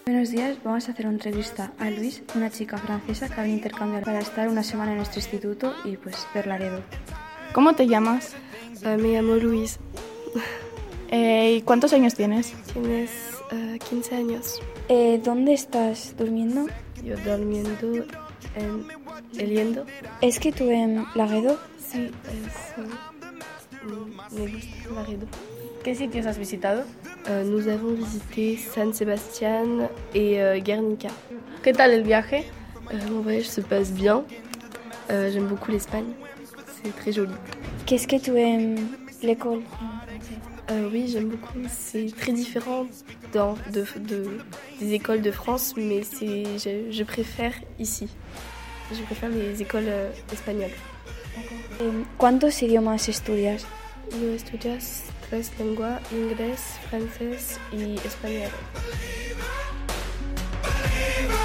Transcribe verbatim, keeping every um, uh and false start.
Buenos días, vamos a hacer una entrevista a Luis, una chica francesa que va a intercambiar para estar una semana en nuestro instituto y pues ver Laredo. ¿Cómo te llamas? Uh, me llamo Luis. Eh, ¿Y cuántos años tienes? Tienes uh, quince años. Eh, ¿Dónde estás durmiendo? Yo durmiendo en el Liendo. ¿Es que tú en Laredo? Sí, es, uh, me gusta Laredo. ¿Qué sitios has visitado? Uh, nous avons visité San Sebastián et uh, Guernica. ¿Qué tal el viaje? Uh, mon voyage se passe bien. Uh, j'aime beaucoup l'Espagne. C'est très joli. Qu'est-ce que tu aimes l'école? Euh, oui, j'aime beaucoup. C'est très différent dans, de, de, des écoles de France, mais c'est, je, je préfère ici. Je préfère les écoles euh, espagnoles. ¿Cuántos idiomas estudias? Yo estudias tres lenguas, inglés, francés y español.